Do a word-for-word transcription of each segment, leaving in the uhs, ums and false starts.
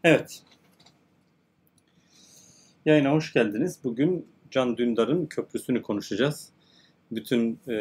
Evet, yayına hoş geldiniz. Bugün Can Dündar'ın Köprüsü'nü konuşacağız. Bütün e,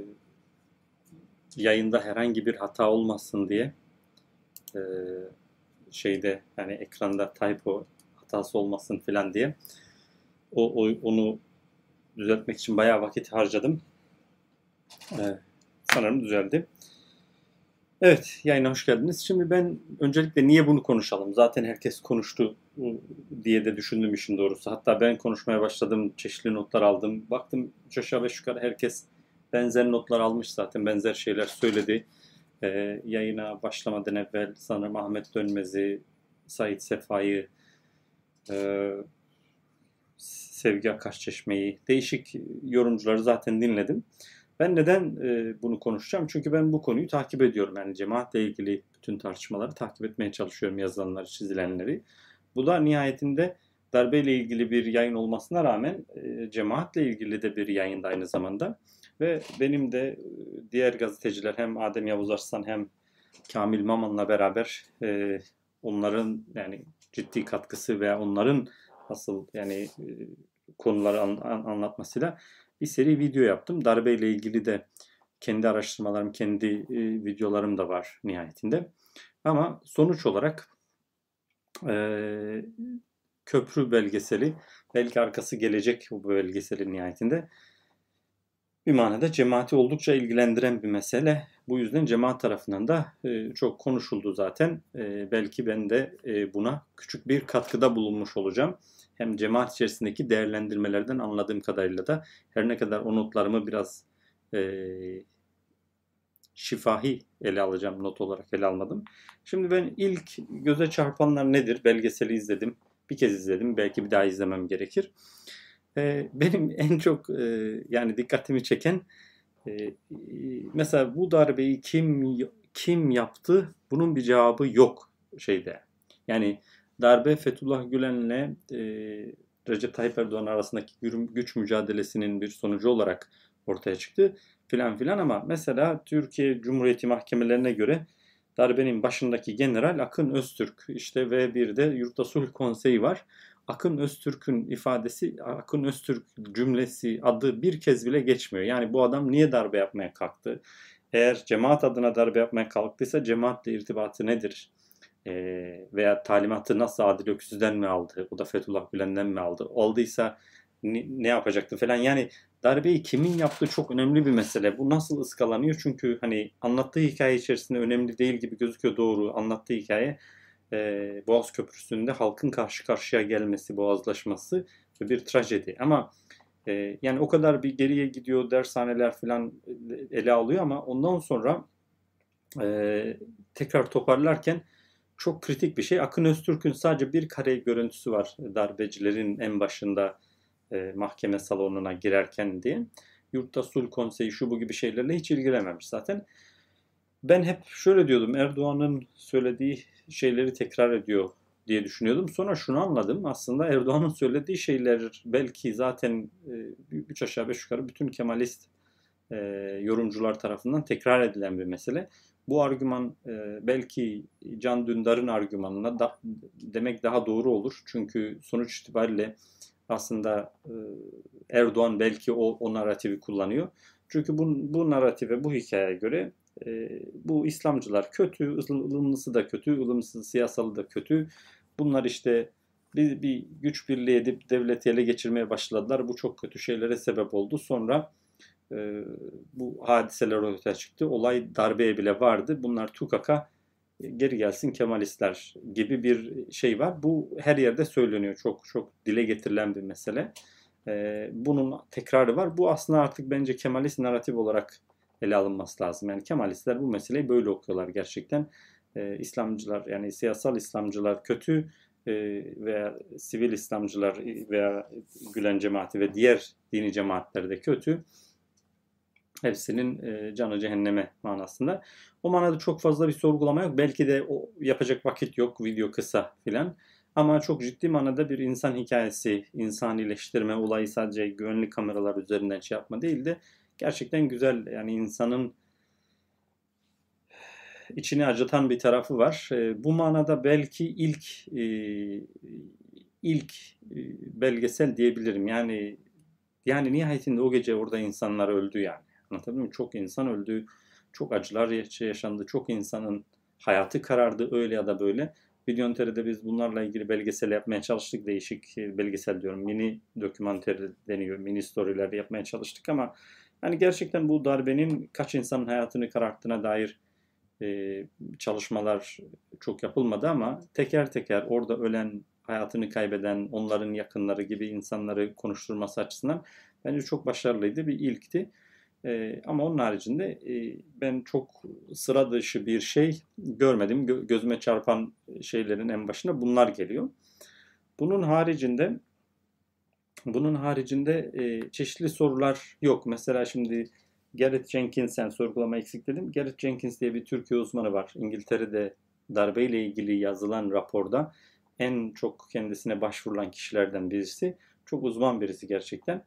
yayında herhangi bir hata olmasın diye e, şeyde yani ekranda typo hatası olmasın falan diye o, o- onu düzeltmek için bayağı vakit harcadım. E, Sanırım düzeldi. Evet, yayına hoş geldiniz. Şimdi ben öncelikle niye bunu konuşalım? Zaten herkes konuştu diye de düşündüm işin doğrusu. Hatta ben konuşmaya başladım, çeşitli notlar aldım. Baktım üç aşağı beş yukarı herkes benzer notlar almış zaten, benzer şeyler söyledi. Ee, yayına başlamadan evvel sanırım Ahmet Dönmez'i, Sait Sefa'yı, e, Sevgi Akaşçeşme'yi, değişik yorumcuları zaten dinledim. Ben neden e, bunu konuşacağım? Çünkü ben bu konuyu takip ediyorum. Yani cemaatle ilgili bütün tartışmaları takip etmeye çalışıyorum, yazılanları, çizilenleri. Bu da nihayetinde darbeyle ilgili bir yayın olmasına rağmen e, cemaatle ilgili de bir yayında aynı zamanda. Ve benim de e, diğer gazeteciler hem Adem Yavuz Arslan hem Kamil Maman'la beraber e, onların yani ciddi katkısı veya onların asıl yani e, konuları an- an- anlatmasıyla bir seri video yaptım. Darbeyle ilgili de kendi araştırmalarım, kendi e, videolarım da var nihayetinde. Ama sonuç olarak e, köprü belgeseli, belki arkası gelecek bu belgeselin nihayetinde bir manada cemaati oldukça ilgilendiren bir mesele. Bu yüzden cemaat tarafından da e, çok konuşuldu zaten. E, belki ben de e, buna küçük bir katkıda bulunmuş olacağım. Hem cemaat içerisindeki değerlendirmelerden anladığım kadarıyla da her ne kadar o notlarımı biraz e, şifahi ele alacağım, not olarak ele almadım. Şimdi ben ilk göze çarpanlar nedir? Belgeseli izledim. Bir kez izledim. Belki bir daha izlemem gerekir. E, benim en çok e, yani dikkatimi çeken e, mesela bu darbeyi kim kim yaptı? Bunun bir cevabı yok şeyde. Yani darbe Fethullah Gülen'le e, Recep Tayyip Erdoğan arasındaki güç mücadelesinin bir sonucu olarak ortaya çıktı filan filan ama mesela Türkiye Cumhuriyeti mahkemelerine göre darbenin başındaki general Akın Öztürk işte ve bir de Yurtta Sulh Konseyi var. Akın Öztürk'ün ifadesi, Akın Öztürk cümlesi, adı bir kez bile geçmiyor. Yani bu adam niye darbe yapmaya kalktı? Eğer cemaat adına darbe yapmaya kalktıysa cemaatle irtibatı nedir? Ee, veya talimatı nasıl Adil Öksüz'den mi aldı? O da Fethullah Gülen'den mi aldı? Olduysa ne, ne yapacaktı falan. Yani darbeyi kimin yaptığı çok önemli bir mesele. Bu nasıl ıskalanıyor? Çünkü hani anlattığı hikaye içerisinde önemli değil gibi gözüküyor, doğru. Anlattığı hikaye e, Boğaz Köprüsü'nde halkın karşı karşıya gelmesi, boğazlaşması ve bir trajedi. Ama e, yani o kadar bir geriye gidiyor, dershaneler falan ele alıyor ama ondan sonra e, tekrar toparlarken çok kritik bir şey. Akın Öztürk'ün sadece bir kare görüntüsü var darbecilerin en başında e, mahkeme salonuna girerken diye. Yurtta Sulh Konseyi şu bu gibi şeylerle hiç ilgilenmemiş zaten. Ben hep şöyle diyordum, Erdoğan'ın söylediği şeyleri tekrar ediyor diye düşünüyordum. Sonra şunu anladım, aslında Erdoğan'ın söylediği şeyler belki zaten e, üç aşağı beş yukarı bütün Kemalist e, yorumcular tarafından tekrar edilen bir mesele. Bu argüman e, belki Can Dündar'ın argümanına da, demek daha doğru olur. Çünkü sonuç itibariyle aslında e, Erdoğan belki o, o narratifi kullanıyor. Çünkü bu, bu narratife, bu hikayeye göre e, bu İslamcılar kötü, ılımlısı da kötü, ılımsız siyasalı da kötü. Bunlar işte bir, bir güç birliği edip devleti ele geçirmeye başladılar. Bu çok kötü şeylere sebep oldu. Sonra e, bu hadiseler ortaya çıktı. Olay darbeye bile vardı. Bunlar tukaka geri gelsin Kemalistler gibi bir şey var. Bu her yerde söyleniyor. Çok çok dile getirilen bir mesele. E, bunun tekrarı var. Bu aslında artık bence Kemalist narratif olarak ele alınması lazım. Yani Kemalistler bu meseleyi böyle okuyorlar gerçekten. E, İslamcılar yani siyasal İslamcılar kötü e, veya sivil İslamcılar veya Gülen cemaati ve diğer dini cemaatler de kötü. Hepsinin e, canı cehenneme manasında. O manada çok fazla bir sorgulama yok. Belki de o yapacak vakit yok. Video kısa filan. Ama çok ciddi manada bir insan hikayesi, insanileştirme olayı sadece güvenlik kameralar üzerinden şey yapma değil de gerçekten güzel. Yani insanın içini acıtan bir tarafı var. E, bu manada belki ilk e, ilk e, belgesel diyebilirim. Yani yani nihayetinde o gece orada insanlar öldü yani. Anladın mı? Çok insan öldü. Çok acılar yaşandı. Çok insanın hayatı karardı öyle ya da böyle. Videonter'de biz bunlarla ilgili belgesel yapmaya çalıştık. Değişik e, belgesel diyorum. Mini dokümanter deniyor. Mini storyler yapmaya çalıştık ama hani gerçekten bu darbenin kaç insanın hayatını kararttığına dair e, çalışmalar çok yapılmadı ama teker teker orada ölen, hayatını kaybeden, onların yakınları gibi insanları konuşturması açısından bence çok başarılıydı, bir ilkti. E, ama onun haricinde e, ben çok sıra dışı bir şey görmedim. Gö- gözüme çarpan şeylerin en başına bunlar geliyor. Bunun haricinde bunun haricinde e, çeşitli sorular yok. Mesela şimdi Gareth Jenkins'en sorgulama eksik dedim. Gareth Jenkins diye bir Türkiye uzmanı var. İngiltere'de darbeyle ilgili yazılan raporda en çok kendisine başvurulan kişilerden birisi. Çok uzman birisi gerçekten.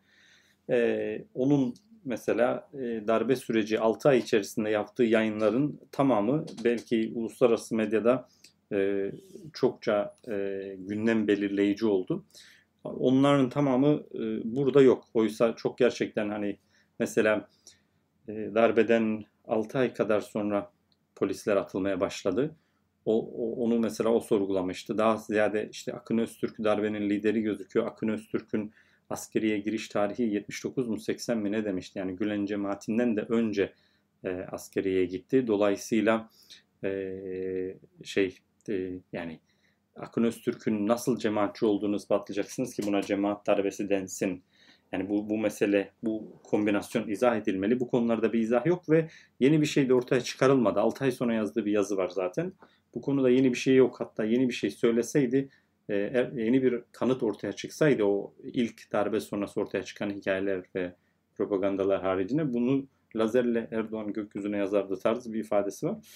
E, onun mesela e, darbe süreci altı ay içerisinde yaptığı yayınların tamamı belki uluslararası medyada e, çokça e, gündem belirleyici oldu. Onların tamamı e, burada yok. Oysa çok gerçekten hani mesela e, darbeden altı ay kadar sonra polisler atılmaya başladı. O, o- onu mesela o sorgulamıştı. Daha ziyade işte Akın Öztürk darbenin lideri gözüküyor. Akın Öztürk'ün askeriye giriş tarihi yetmiş dokuz mu seksen mi ne demişti. Yani Gülen cemaatinden de önce e, askeriye gitti. Dolayısıyla e, şey e, yani Akın Öztürk'ün nasıl cemaatçi olduğunu ispatlayacaksınız ki buna cemaat darbesi densin. Yani bu, bu mesele, bu kombinasyon izah edilmeli. Bu konularda bir izah yok ve yeni bir şey de ortaya çıkarılmadı. altı ay sonra yazdığı bir yazı var zaten. Bu konuda yeni bir şey yok. Hatta yeni bir şey söyleseydi, e, er, yeni bir kanıt ortaya çıksaydı o ilk darbe sonrası ortaya çıkan hikayeler ve propagandalar haricinde bunu lazerle Erdoğan gökyüzüne yazardı tarzı bir ifadesi var.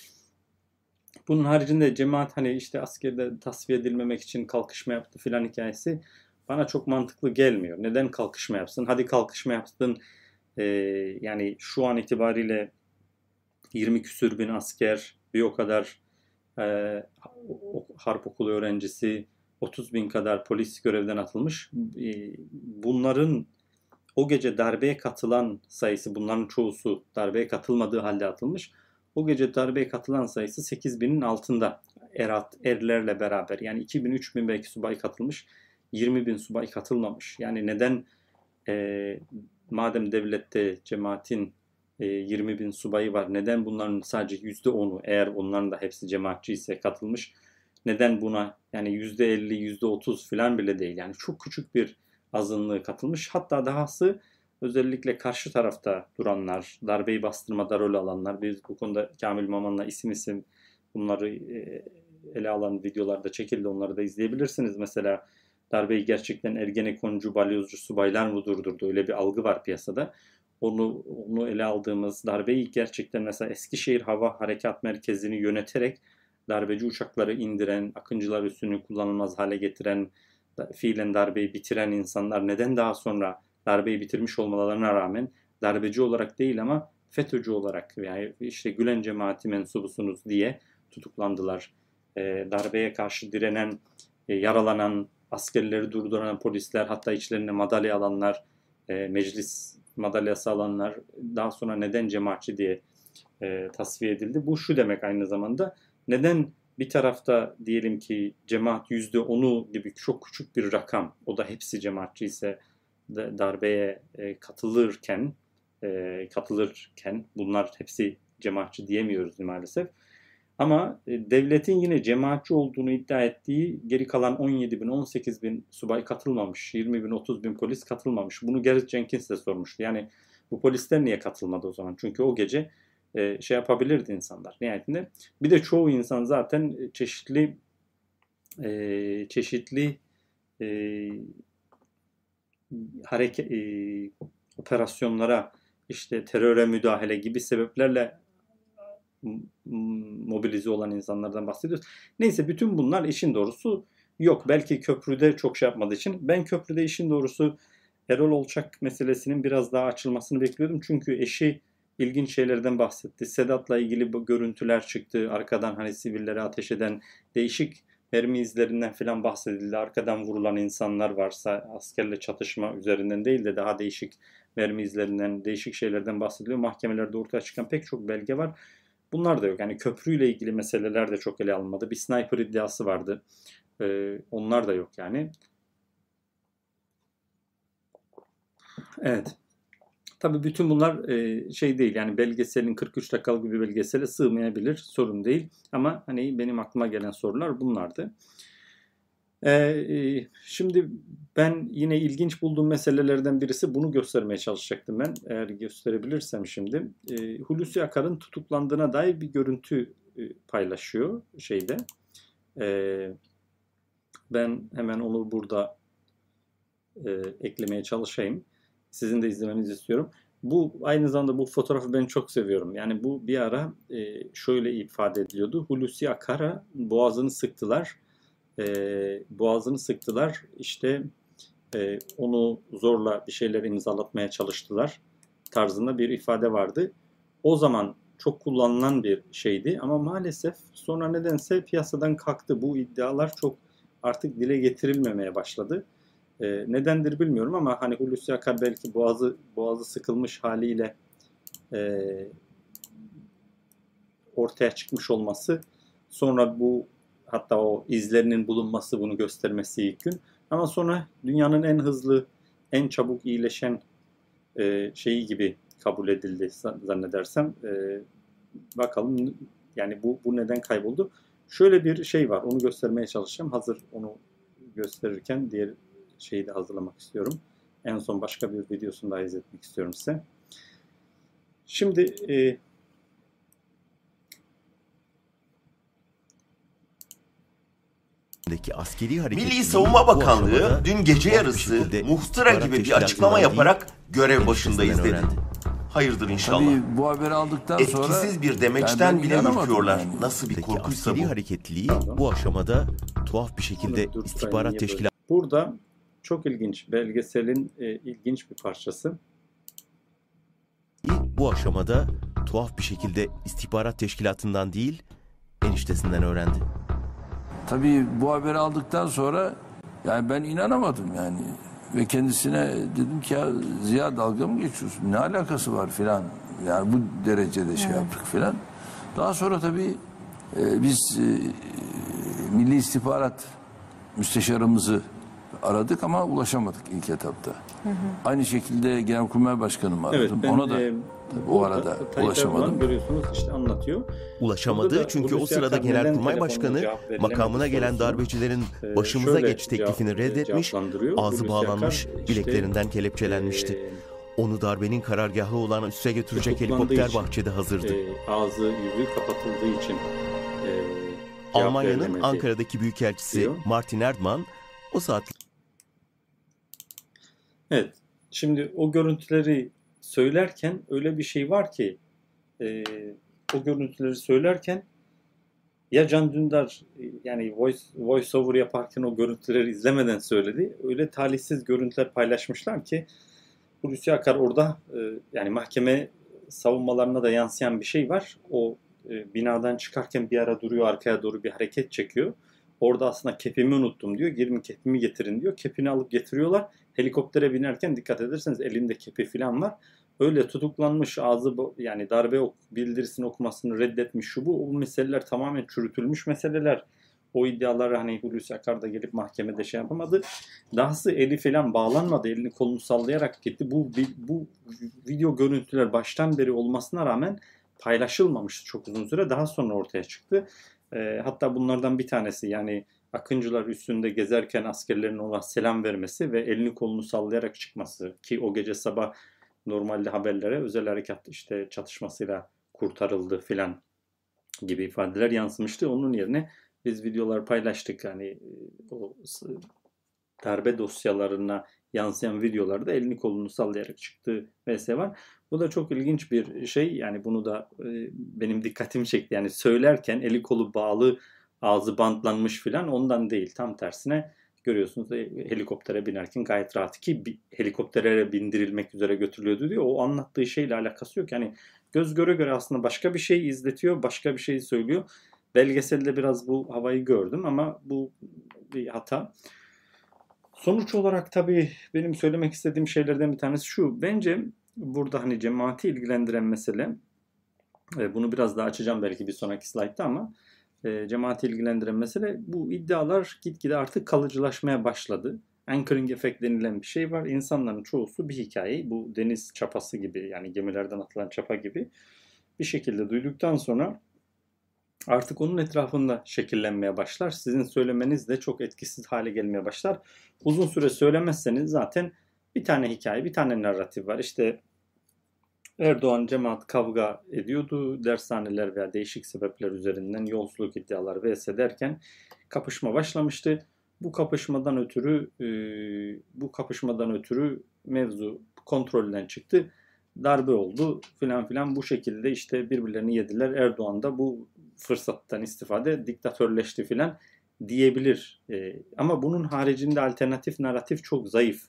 Bunun haricinde cemaat hani işte askerde tasfiye edilmemek için kalkışma yaptı filan hikayesi bana çok mantıklı gelmiyor. Neden kalkışma yapsın? Hadi kalkışma yapsın. Ee, yani şu an itibariyle yirmi küsür bin asker, bir o kadar e, harp okulu öğrencisi, otuz bin kadar polis görevden atılmış. E, bunların o gece darbeye katılan sayısı, bunların çoğusu darbeye katılmadığı halde atılmış. O gece darbeye katılan sayısı sekiz binin altında. Erat, erlerle beraber. Yani iki bin üç bin belki subay katılmış. yirmi bin subay katılmamış. Yani neden e, madem devlette cemaatin e, yirmi bin subayı var, neden bunların sadece yüzde onu, eğer onların da hepsi cemaatçi ise katılmış, neden buna yani yüzde elli, yüzde otuz falan bile değil. Yani çok küçük bir azınlığı katılmış. Hatta dahası özellikle karşı tarafta duranlar, darbeyi bastırmada rol alanlar, biz bu konuda Kamil Maman'la isim isim bunları e, ele alan videolarda çekildi. Onları da izleyebilirsiniz. Mesela darbeyi gerçekten Ergenekoncu, balyozcu subaylar mı durdurdu? Öyle bir algı var piyasada. Onu, onu ele aldığımız darbeyi gerçekten mesela Eskişehir Hava Harekat Merkezi'ni yöneterek darbeci uçakları indiren, Akıncılar üssünü kullanılmaz hale getiren, fiilen darbeyi bitiren insanlar neden daha sonra darbeyi bitirmiş olmalarına rağmen darbeci olarak değil ama FETÖ'cü olarak veya işte Gülen cemaati mensubusunuz diye tutuklandılar. E, darbeye karşı direnen, e, yaralanan, askerleri durduran polisler, hatta içlerinde madalya alanlar, e, meclis madalyası alanlar daha sonra neden cemaatçi diye e, tasfiye edildi. Bu şu demek aynı zamanda, neden bir tarafta diyelim ki cemaat yüzde onu gibi çok küçük bir rakam, o da hepsi cemaatçi ise darbeye e, katılırken e, katılırken bunlar hepsi cemaatçi diyemiyoruz maalesef. Ama e, devletin yine cemaatçi olduğunu iddia ettiği geri kalan on yedi bin on sekiz bin subay katılmamış. yirmi bin otuz bin polis katılmamış. Bunu Gareth Jenkins de sormuştu. Yani bu polisler niye katılmadı o zaman? Çünkü o gece e, şey yapabilirdi insanlar nihayetinde. Bir de çoğu insan zaten çeşitli e, çeşitli e, hareket e, operasyonlara, işte teröre müdahale gibi sebeplerle mobilize olan insanlardan bahsediyoruz. Neyse, bütün bunlar işin doğrusu yok. Belki köprüde çok şey yapmadığı için. Ben köprüde işin doğrusu Erol Olçak meselesinin biraz daha açılmasını bekliyordum. Çünkü eşi ilginç şeylerden bahsetti. Sedat'la ilgili bu görüntüler çıktı. Arkadan hani sivillere ateş eden değişik mermi izlerinden falan bahsedildi. Arkadan vurulan insanlar varsa askerle çatışma üzerinden değil de daha değişik mermi izlerinden, değişik şeylerden bahsediliyor. Mahkemelerde ortaya çıkan pek çok belge var. Bunlar da yok. Yani köprüyle ilgili meseleler de çok ele alınmadı. Bir sniper iddiası vardı. Ee, onlar da yok yani. Evet. Tabii bütün bunlar e, şey değil, yani belgeselin kırk üç dakikalık bir belgesele sığmayabilir, sorun değil. Ama hani benim aklıma gelen sorular bunlardı. E, e, şimdi ben yine ilginç bulduğum meselelerden birisi, bunu göstermeye çalışacaktım ben. Eğer gösterebilirsem şimdi. E, Hulusi Akar'ın tutuklandığına dair bir görüntü e, paylaşıyor şeyde. E, ben hemen onu burada e, eklemeye çalışayım. Sizin de izlemenizi istiyorum. Bu aynı zamanda bu fotoğrafı ben çok seviyorum. Yani bu bir ara e, şöyle ifade ediliyordu. Hulusi Akar'a boğazını sıktılar. E, boğazını sıktılar. İşte e, onu zorla bir şeyler imzalatmaya çalıştılar tarzında bir ifade vardı. O zaman çok kullanılan bir şeydi ama maalesef sonra nedense piyasadan kalktı. Bu iddialar çok artık dile getirilmemeye başladı. E, nedendir bilmiyorum ama hani Hulusi Akar belki boğazı boğazı sıkılmış haliyle e, ortaya çıkmış olması, sonra bu hatta o izlerinin bulunması bunu göstermesi ilk gün. Ama sonra dünyanın en hızlı, en çabuk iyileşen e, şeyi gibi kabul edildi zannedersem. E, bakalım yani bu, bu neden kayboldu? Şöyle bir şey var, onu göstermeye çalışacağım. Hazır onu gösterirken diğer şeyi de hazırlamak istiyorum. En son başka bir videosunu da izletmek istiyorum size. Şimdi e, askeri Milli Savunma Bakanlığı dün gece yarısı muhtıra gibi bir açıklama yaparak görev başındayız dedi. Hayırdır inşallah. Tabii bu haberi aldıktan sonra etkisiz bir demeçten yani bile ürküyorlar. Yani. Nasıl bir Peki, korkuysa askeri bu. hareketliliği bu aşamada tuhaf bir şekilde istihbarat teşkilatı. Burada çok ilginç, belgeselin e, ilginç bir parçası. Bu aşamada tuhaf bir şekilde istihbarat teşkilatından değil, eniştesinden öğrendi. Tabii bu haberi aldıktan sonra yani ben inanamadım yani. Ve kendisine dedim ki ya Ziya dalga mı geçiyorsun? Ne alakası var filan. Yani bu derecede şey yaptık filan. Daha sonra tabii e, biz e, Milli İstihbarat Müsteşarımızı aradık ama ulaşamadık ilk etapta. Hı hı. Aynı şekilde Genelkurmay Başkanı'mı aradım. Evet, ben, Ona da e, o arada ulaşamadım. Görüyorsunuz işte anlatıyor. Ulaşamadı çünkü o sırada Genelkurmay Başkanı makamına gelen darbecilerin başımıza geç teklifini reddetmiş, ağzı bağlanmış, işte, bileklerinden kelepçelenmişti. E, Onu darbenin karargahı olan üsse götürecek helikopter için, bahçede hazırdı. E, ağzı yüzü kapatıldığı için e, Almanya'nın Ankara'daki büyükelçisi diyor. Martin Erdmann o saat. Evet. Şimdi o görüntüleri söylerken öyle bir şey var ki e, o görüntüleri söylerken ya Can Dündar yani voice, voice over yaparken o görüntüleri izlemeden söyledi. Öyle talihsiz görüntüler paylaşmışlar ki Hulusi Akar orada e, yani mahkeme savunmalarına da yansıyan bir şey var. O e, binadan çıkarken bir ara duruyor, arkaya doğru bir hareket çekiyor. Orada aslında kepimi unuttum diyor. Gelin kepimi getirin diyor. Kepini alıp getiriyorlar. Helikoptere binerken dikkat ederseniz elinde kepi falan var. Öyle tutuklanmış, ağzı yani darbe bildirisini okumasını reddetmiş şu bu. O meseleler tamamen çürütülmüş meseleler. O iddiaları hani Hulusi Akar da gelip mahkemede şey yapamadı. Dahası eli falan bağlanmadı. Elini kolunu sallayarak gitti. Bu, bu video görüntüler baştan beri olmasına rağmen paylaşılmamıştı çok uzun süre. Daha sonra ortaya çıktı. E, hatta bunlardan bir tanesi yani Akıncılar üstünde gezerken askerlerin ona selam vermesi ve elini kolunu sallayarak çıkması ki o gece sabah normalde haberlere özel harekat işte çatışmasıyla kurtarıldı filan gibi ifadeler yansımıştı. Onun yerine biz videolar paylaştık yani o darbe dosyalarına yansıyan videolarda elini kolunu sallayarak çıktığı mesele var. Bu da çok ilginç bir şey. Yani bunu da e, benim dikkatimi çekti. Yani söylerken eli kolu bağlı, ağzı bantlanmış filan ondan değil. Tam tersine görüyorsunuz e, helikoptere binerken gayet rahat ki bir, helikoptere bindirilmek üzere götürülüyordu diyor. O anlattığı şeyle alakası yok. Yani göz göre göre aslında başka bir şey izletiyor, başka bir şey söylüyor. Belgeselde biraz bu havayı gördüm ama bu bir hata. Sonuç olarak tabii benim söylemek istediğim şeylerden bir tanesi şu. Bence burada hani cemaati ilgilendiren mesele, bunu biraz daha açacağım belki bir sonraki slaytta ama e, cemaati ilgilendiren mesele, bu iddialar gitgide artık kalıcılaşmaya başladı. Anchoring efekt denilen bir şey var. İnsanların çoğusu bir hikayeyi bu deniz çapası gibi, yani gemilerden atılan çapa gibi bir şekilde duyduktan sonra artık onun etrafında şekillenmeye başlar. Sizin söylemeniz de çok etkisiz hale gelmeye başlar. Uzun süre söylemezseniz zaten bir tane hikaye, bir tane narratif var. İşte Erdoğan cemaat kavga ediyordu. Dershaneler veya değişik sebepler üzerinden yolsuzluk iddialar vs derken kapışma başlamıştı. Bu kapışmadan ötürü e, bu kapışmadan ötürü mevzu kontrolden çıktı. Darbe oldu filan filan, bu şekilde işte birbirlerini yediler. Erdoğan da bu fırsattan istifade diktatörleşti filan diyebilir. E, ama bunun haricinde alternatif narratif çok zayıf.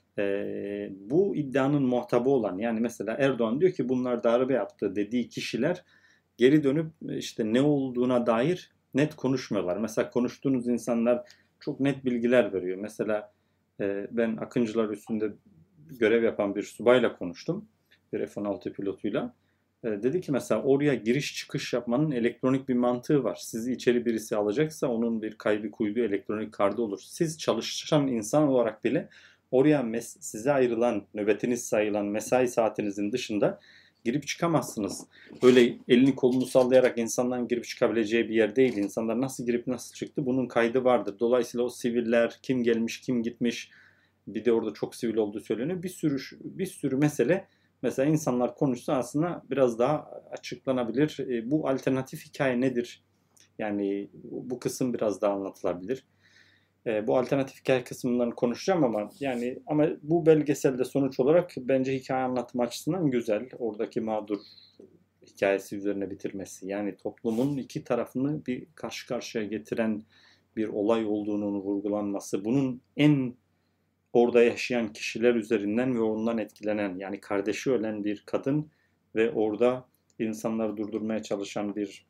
Ee, bu iddianın muhatabı olan, yani mesela Erdoğan diyor ki bunlar darbe yaptı dediği kişiler geri dönüp işte ne olduğuna dair net konuşmuyorlar. Mesela konuştuğunuz insanlar çok net bilgiler veriyor. Mesela e, ben Akıncılar üstünde görev yapan bir subayla konuştum. Bir F on altı pilotuyla. E, dedi ki mesela oraya giriş çıkış yapmanın elektronik bir mantığı var. Sizi içeri birisi alacaksa onun bir kaydı kuydu elektronik kartı olur. Siz çalışan insan olarak bile oraya mes- size ayrılan, nöbetiniz sayılan mesai saatinizin dışında girip çıkamazsınız. Öyle elini kolunu sallayarak insanların girip çıkabileceği bir yer değil. İnsanlar nasıl girip nasıl çıktı bunun kaydı vardır. Dolayısıyla o siviller, kim gelmiş, kim gitmiş, bir de orada çok sivil olduğu söyleniyor. Bir sürü bir sürü mesele, mesela insanlar konuşsa aslında biraz daha açıklanabilir. E, bu alternatif hikaye nedir? Yani bu kısım biraz daha anlatılabilir. E, bu alternatif hikaye kısmından konuşacağım ama yani ama bu belgeselde sonuç olarak bence hikaye anlatma açısından güzel. Oradaki mağdur hikayesi üzerine bitirmesi, yani toplumun iki tarafını bir karşı karşıya getiren bir olay olduğunun vurgulanması, bunun en orada yaşayan kişiler üzerinden ve ondan etkilenen, yani kardeşi ölen bir kadın ve orada insanları durdurmaya çalışan bir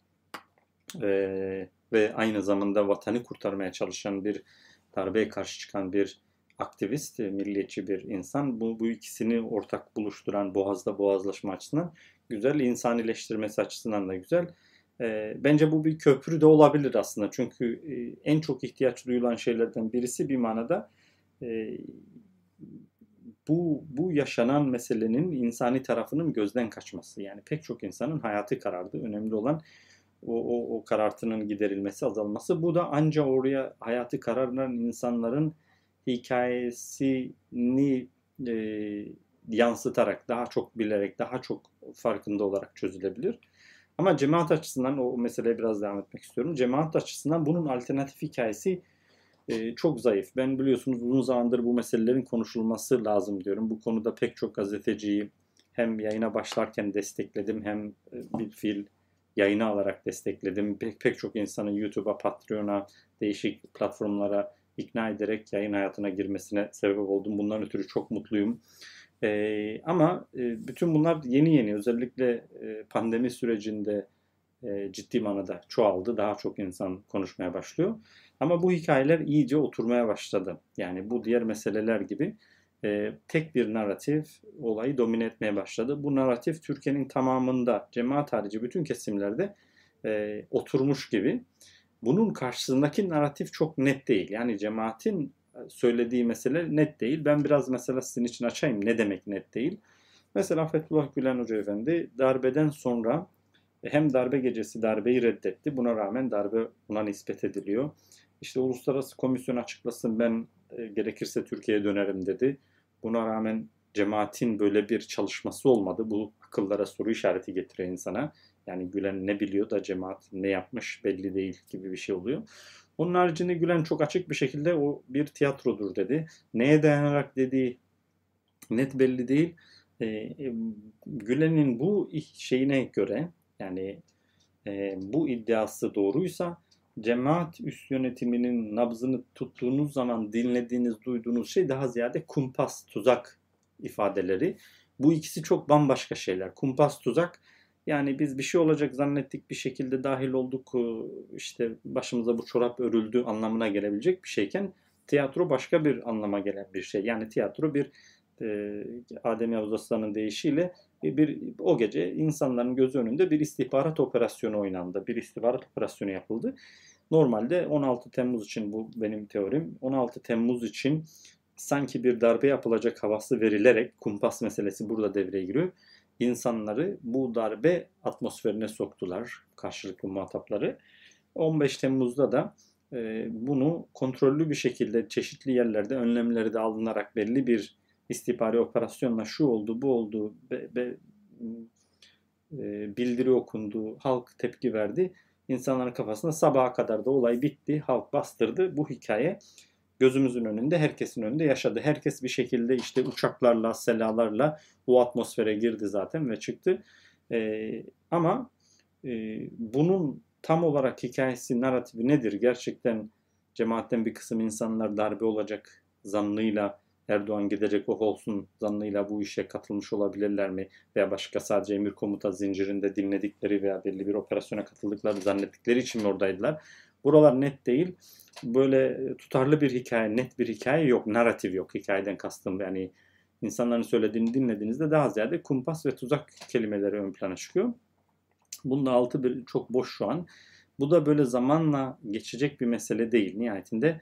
e, ve aynı zamanda vatanı kurtarmaya çalışan bir, darbeye karşı çıkan bir aktivist, milliyetçi bir insan. Bu, bu ikisini ortak buluşturan, boğazda boğazlaşma açısından güzel, insanileştirmesi açısından da güzel. E, bence bu bir köprü de olabilir aslında. Çünkü e, en çok ihtiyaç duyulan şeylerden birisi bir manada e, bu, bu yaşanan meselenin insani tarafının gözden kaçması. Yani pek çok insanın hayatı karardı. Önemli olan O, o, o karartının giderilmesi, azalması. Bu da ancak oraya hayatı kararlanan insanların hikayesini e, yansıtarak, daha çok bilerek, daha çok farkında olarak çözülebilir. Ama cemaat açısından, o meseleye biraz devam etmek istiyorum. Cemaat açısından bunun alternatif hikayesi e, çok zayıf. Ben biliyorsunuz uzun zamandır bu meselelerin konuşulması lazım diyorum. Bu konuda pek çok gazeteciyi hem yayına başlarken destekledim, hem e, bir fiil yayını alarak destekledim. Pek, pek çok insanı YouTube'a, Patreon'a, değişik platformlara ikna ederek yayın hayatına girmesine sebep oldum. Bundan ötürü çok mutluyum. Ee, ama e, bütün bunlar yeni yeni, özellikle e, pandemi sürecinde e, ciddi manada çoğaldı. Daha çok insan konuşmaya başlıyor. Ama bu hikayeler iyice oturmaya başladı. Yani bu diğer meseleler gibi e, tek bir narratif olayı domine etmeye başladı. Bu narratif Türkiye'nin tamamında, cemaat harici bütün kesimlerde e, oturmuş gibi. Bunun karşısındaki narratif çok net değil. Yani cemaatin söylediği mesele net değil. Ben biraz mesela sizin için açayım ne demek net değil. Mesela Fethullah Gülen Hoca Efendi darbeden sonra hem darbe gecesi darbeyi reddetti. Buna rağmen darbe ona nispet ediliyor. İşte uluslararası komisyon açıklasın, ben e, gerekirse Türkiye'ye dönerim dedi. Buna rağmen cemaatin böyle bir çalışması olmadı. Bu akıllara soru işareti getiriyor insana. Yani Gülen ne biliyor da cemaat ne yapmış belli değil gibi bir şey oluyor. Onun haricinde Gülen çok açık bir şekilde o bir tiyatrodur dedi. Neye dayanarak dediği net belli değil. E, Gülen'in bu şeyine göre, yani e, bu iddiası doğruysa, cemaat üst yönetiminin nabzını tuttuğunuz zaman dinlediğiniz, duyduğunuz şey daha ziyade kumpas, tuzak ifadeleri. Bu ikisi çok bambaşka şeyler. Kumpas, tuzak Yani biz bir şey olacak zannettik, bir şekilde dahil olduk, işte başımıza bu çorap örüldü anlamına gelebilecek bir şeyken tiyatro başka bir anlama gelen bir şey. Yani tiyatro bir e, Adem Yavuz Aslan'ın deyişiyle bir o gece insanların gözü önünde bir istihbarat operasyonu oynandı. Bir istihbarat operasyonu yapıldı. Normalde on altı Temmuz için, bu benim teorim, on altı Temmuz için sanki bir darbe yapılacak havası verilerek, kumpas meselesi burada devreye giriyor, İnsanları bu darbe atmosferine soktular, karşılıklı muhatapları. on beş Temmuz'da da e, bunu kontrollü bir şekilde çeşitli yerlerde önlemleri de alınarak belli bir istihbari operasyonla şu oldu, bu oldu, be, be, e, bildiri okundu, halk tepki verdi. İnsanların kafasında sabaha kadar da olay bitti, halk bastırdı. Bu hikaye gözümüzün önünde, herkesin önünde yaşadı. Herkes bir şekilde işte uçaklarla, selalarla o atmosfere girdi zaten ve çıktı. Ee, ama e, bunun tam olarak hikayesi, narratifi nedir? Gerçekten cemaatten bir kısım insanlar darbe olacak zannıyla, Erdoğan gidecek oh olsun zannıyla bu işe katılmış olabilirler mi? Veya başka sadece emir komuta zincirinde dinledikleri veya belli bir operasyona katıldıkları zannettikleri için mi oradaydılar? Buralar net değil. Böyle tutarlı bir hikaye, net bir hikaye yok. Narratif yok. Hikayeden kastım yani insanların söylediğini dinlediğinizde daha ziyade kumpas ve tuzak kelimeleri ön plana çıkıyor. Bunun da altı bir, çok boş şu an. Bu da böyle zamanla geçecek bir mesele değil. Nihayetinde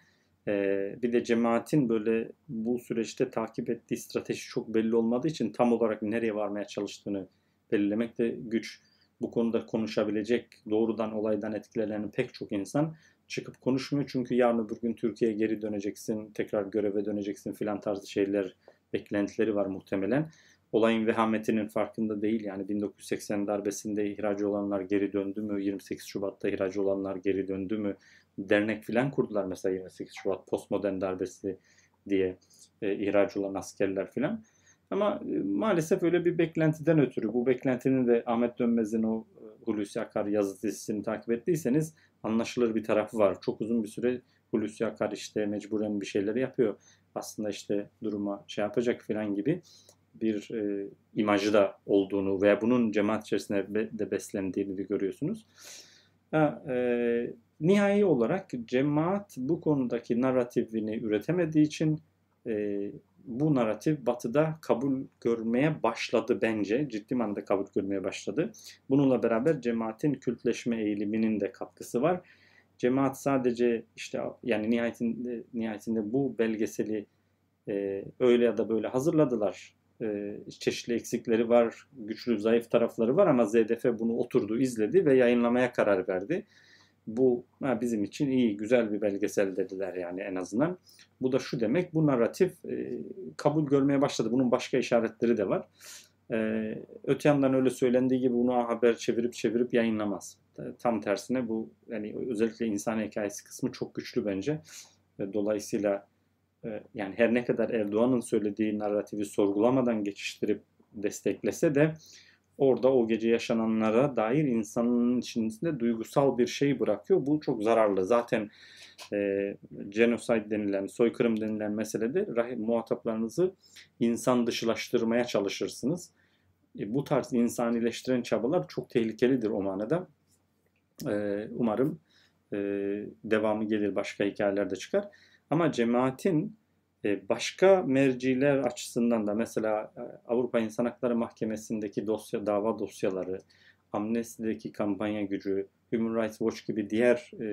e, bir de cemaatin böyle bu süreçte takip ettiği strateji çok belli olmadığı için tam olarak nereye varmaya çalıştığını belirlemek de güç. Bu konuda konuşabilecek, doğrudan olaydan etkilenen pek çok insan çıkıp konuşmuyor. Çünkü yarın öbür gün Türkiye'ye geri döneceksin, tekrar göreve döneceksin filan tarzı şeyler, beklentileri var muhtemelen. Olayın vehametinin farkında değil. Yani bin dokuz yüz seksen darbesinde ihracı olanlar geri döndü mü? yirmi sekiz Şubat'ta ihracı olanlar geri döndü mü? Dernek filan kurdular mesela yirmi sekiz Şubat postmodern darbesi diye e, ihracı olan askerler filan. Ama e, maalesef öyle bir beklentiden ötürü, bu beklentinin de Ahmet Dönmez'in o e, Hulusi Akar yazı dizisini takip ettiyseniz anlaşılır bir tarafı var. Çok uzun bir süre Hulusi Akar işte mecburen bir şeyleri yapıyor. Aslında işte duruma şey yapacak filan gibi bir e, imajı da olduğunu veya bunun cemaat içerisinde be, de beslendiğini de görüyorsunuz. Ha, e, nihai olarak cemaat bu konudaki narratifini üretemediği için e, bu narratif Batı'da kabul görmeye başladı bence. Ciddi manada kabul görmeye başladı. Bununla beraber cemaatin kültleşme eğiliminin de katkısı var. Cemaat sadece işte yani nihayetinde, nihayetinde bu belgeseli e, öyle ya da böyle hazırladılar. E, çeşitli eksikleri var, güçlü zayıf tarafları var ama Z D F bunu oturdu, izledi ve yayınlamaya karar verdi. Bu ha, bizim için iyi, güzel bir belgesel dediler yani en azından. Bu da şu demek, bu narratif e, kabul görmeye başladı. Bunun başka işaretleri de var. E, öte yandan öyle söylendiği gibi bunu haber çevirip çevirip yayınlamaz. Tam tersine bu yani özellikle insan hikayesi kısmı çok güçlü bence. E, dolayısıyla e, yani her ne kadar Erdoğan'ın söylediği narratifi sorgulamadan geçiştirip desteklese de orada o gece yaşananlara dair insanın içinde duygusal bir şey bırakıyor. Bu çok zararlı. Zaten e, genocide denilen, soykırım denilen meselede muhataplarınızı insan dışılaştırmaya çalışırsınız. E, bu tarz insanileştiren çabalar çok tehlikelidir o manada. E, umarım e, devamı gelir, başka hikayeler de çıkar. Ama cemaatin başka merciler açısından da mesela Avrupa İnsan Hakları Mahkemesi'ndeki dosya, dava dosyaları, Amnesty'deki kampanya gücü, Human Rights Watch gibi diğer e,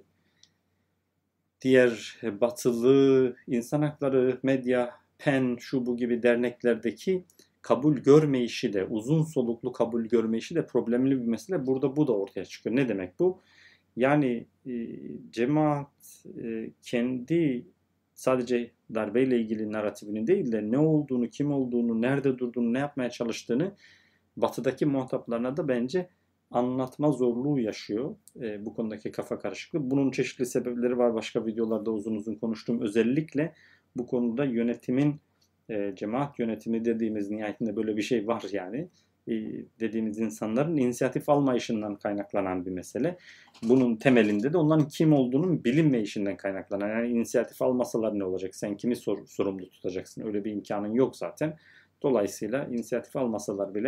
diğer batılı insan hakları, medya, PEN, şu bu gibi derneklerdeki kabul görmeyişi de, uzun soluklu kabul görmeyişi de problemli bir mesele. Burada bu da ortaya çıkıyor. Ne demek bu? Yani e, cemaat e, kendi sadece darbeyle ilgili narratifini değil de ne olduğunu, kim olduğunu, nerede durduğunu, ne yapmaya çalıştığını Batı'daki muhataplarına da bence anlatma zorluğu yaşıyor. E, bu konudaki kafa karışıklığı. Bunun çeşitli sebepleri var. Başka videolarda uzun uzun konuştuğum, özellikle bu konuda yönetimin, e, cemaat yönetimi dediğimiz, nihayetinde böyle bir şey var yani. E, dediğimiz insanların inisiyatif almayışından kaynaklanan bir mesele. Bunun temelinde de onların kim olduğunun bilinmeyişinden kaynaklanan. Yani inisiyatif almasalar ne olacak? Sen kimi sor, sorumlu tutacaksın? Öyle bir imkanın yok zaten. Dolayısıyla inisiyatif almasalar bile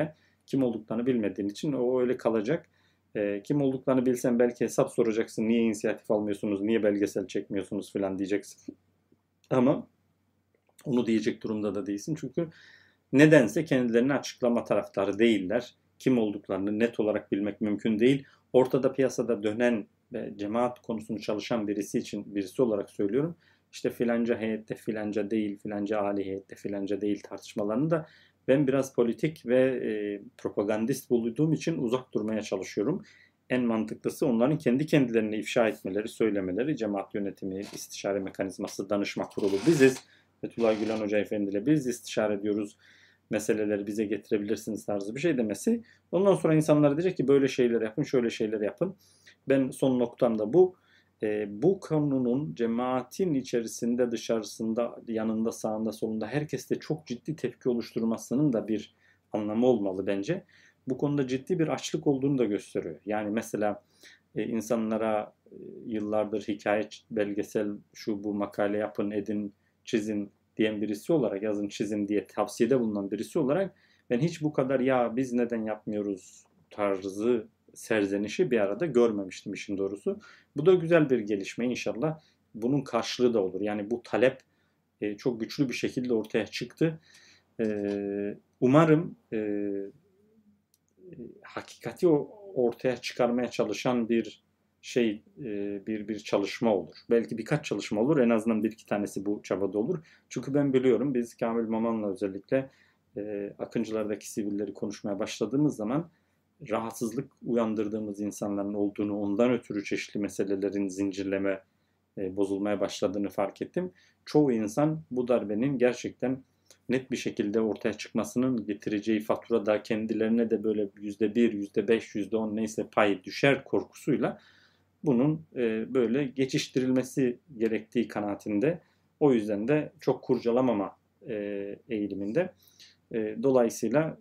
Kim olduklarını bilmediğin için o öyle kalacak. E, kim olduklarını bilsen belki hesap soracaksın. Niye inisiyatif almıyorsunuz, niye belgesel çekmiyorsunuz falan diyeceksin. Ama onu diyecek durumda da değilsin. Çünkü nedense kendilerini açıklama taraftarı değiller. Kim olduklarını net olarak bilmek mümkün değil. Ortada piyasada dönen ve cemaat konusunu çalışan birisi için, birisi olarak söylüyorum. İşte filanca heyette filanca değil, filanca âli heyette filanca değil tartışmalarını da ben biraz politik ve e, propagandist bulduğum için uzak durmaya çalışıyorum. En mantıklısı onların kendi kendilerini ifşa etmeleri, söylemeleri. Cemaat yönetimi, istişare mekanizması, danışma kurulu biziz. Fethullah Gülen Hoca Efendi ile biz istişare ediyoruz. Meseleleri bize getirebilirsiniz tarzı bir şey demesi. Ondan sonra insanlar diyecek ki böyle şeyler yapın, şöyle şeyler yapın. Ben son noktam da bu. E, bu konunun cemaatin içerisinde, dışarısında, yanında, sağında, solunda herkeste çok ciddi tepki oluşturmasının da bir anlamı olmalı bence. Bu konuda ciddi bir açlık olduğunu da gösteriyor. Yani mesela e, insanlara e, yıllardır hikaye, belgesel, şu bu makale yapın, edin, çizin diyen birisi olarak, yazın çizin diye tavsiyede bulunan birisi olarak ben hiç bu kadar ya biz neden yapmıyoruz tarzı serzenişi bir arada görmemiştim işin doğrusu. Bu da güzel bir gelişme inşallah. Bunun karşılığı da olur. Yani bu talep e, çok güçlü bir şekilde ortaya çıktı. E, umarım e, hakikati ortaya çıkarmaya çalışan bir şey, bir bir çalışma olur. Belki birkaç çalışma olur. En azından bir iki tanesi bu çabada olur. Çünkü ben biliyorum biz Kamil Maman'la özellikle e, Akıncılardaki sivilleri konuşmaya başladığımız zaman rahatsızlık uyandırdığımız insanların olduğunu, ondan ötürü çeşitli meselelerin zincirleme, e, bozulmaya başladığını fark ettim. Çoğu insan bu darbenin gerçekten net bir şekilde ortaya çıkmasının getireceği faturada kendilerine de böyle yüzde bir, yüzde beş, yüzde on neyse pay düşer korkusuyla bunun e, böyle geçiştirilmesi gerektiği kanaatinde. O yüzden de çok kurcalamama e, eğiliminde. E, dolayısıyla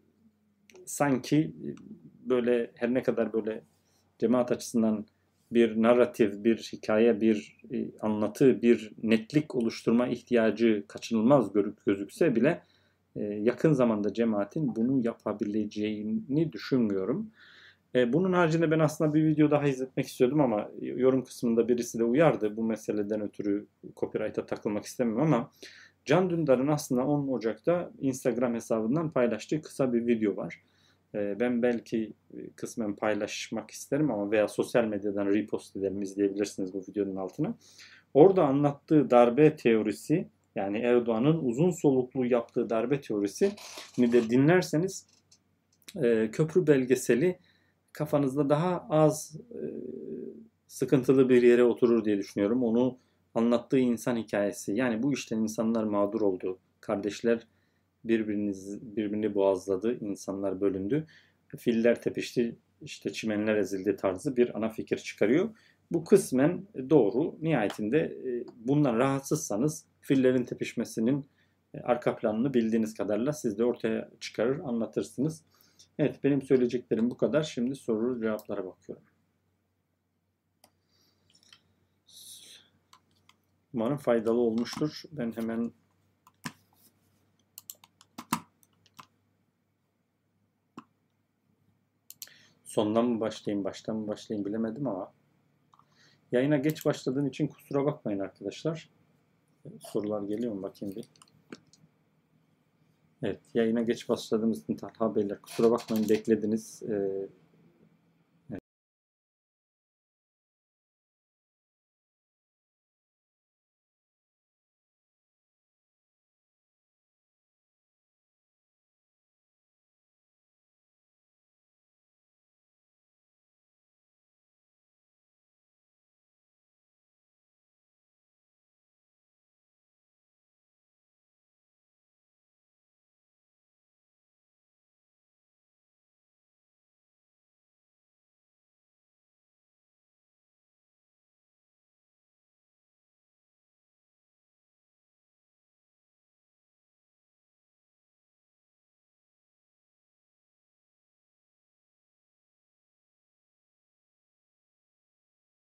sanki böyle her ne kadar böyle cemaat açısından bir narratif, bir hikaye, bir e, anlatı, bir netlik oluşturma ihtiyacı kaçınılmaz gözükse bile e, yakın zamanda cemaatin bunu yapabileceğini düşünmüyorum. E, bunun haricinde ben aslında bir video daha izletmek istiyordum ama yorum kısmında birisi de uyardı. Bu meseleden ötürü copyright'a takılmak istemiyorum ama Can Dündar'ın aslında on Ocak'ta Instagram hesabından paylaştığı kısa bir video var. Ben belki kısmen paylaşmak isterim ama veya sosyal medyadan repost edelim, izleyebilirsiniz bu videonun altına. Orada anlattığı darbe teorisi, yani Erdoğan'ın uzun soluklu yaptığı darbe teorisi ni de dinlerseniz köprü belgeseli kafanızda daha az sıkıntılı bir yere oturur diye düşünüyorum. Onu anlattığı insan hikayesi, yani bu işten insanlar mağdur oldu. Kardeşler birbiriniz, birbirini boğazladı, insanlar bölündü, filler tepişti, işte çimenler ezildi tarzı bir ana fikir çıkarıyor. Bu kısmen doğru. Nihayetinde bundan rahatsızsanız fillerin tepişmesinin arka planını bildiğiniz kadarıyla siz de ortaya çıkarır, anlatırsınız. Evet, benim söyleyeceklerim bu kadar. Şimdi soru cevaplara bakıyorum. Umarım faydalı olmuştur. Ben hemen sondan mı başlayayım, baştan mı başlayayım bilemedim ama yayına geç başladığım için kusura bakmayın arkadaşlar. Sorular geliyor mu bakayım bir. Evet, yayına geç başladığımız için Talha Beyler kusura bakmayın, beklediniz. Ee,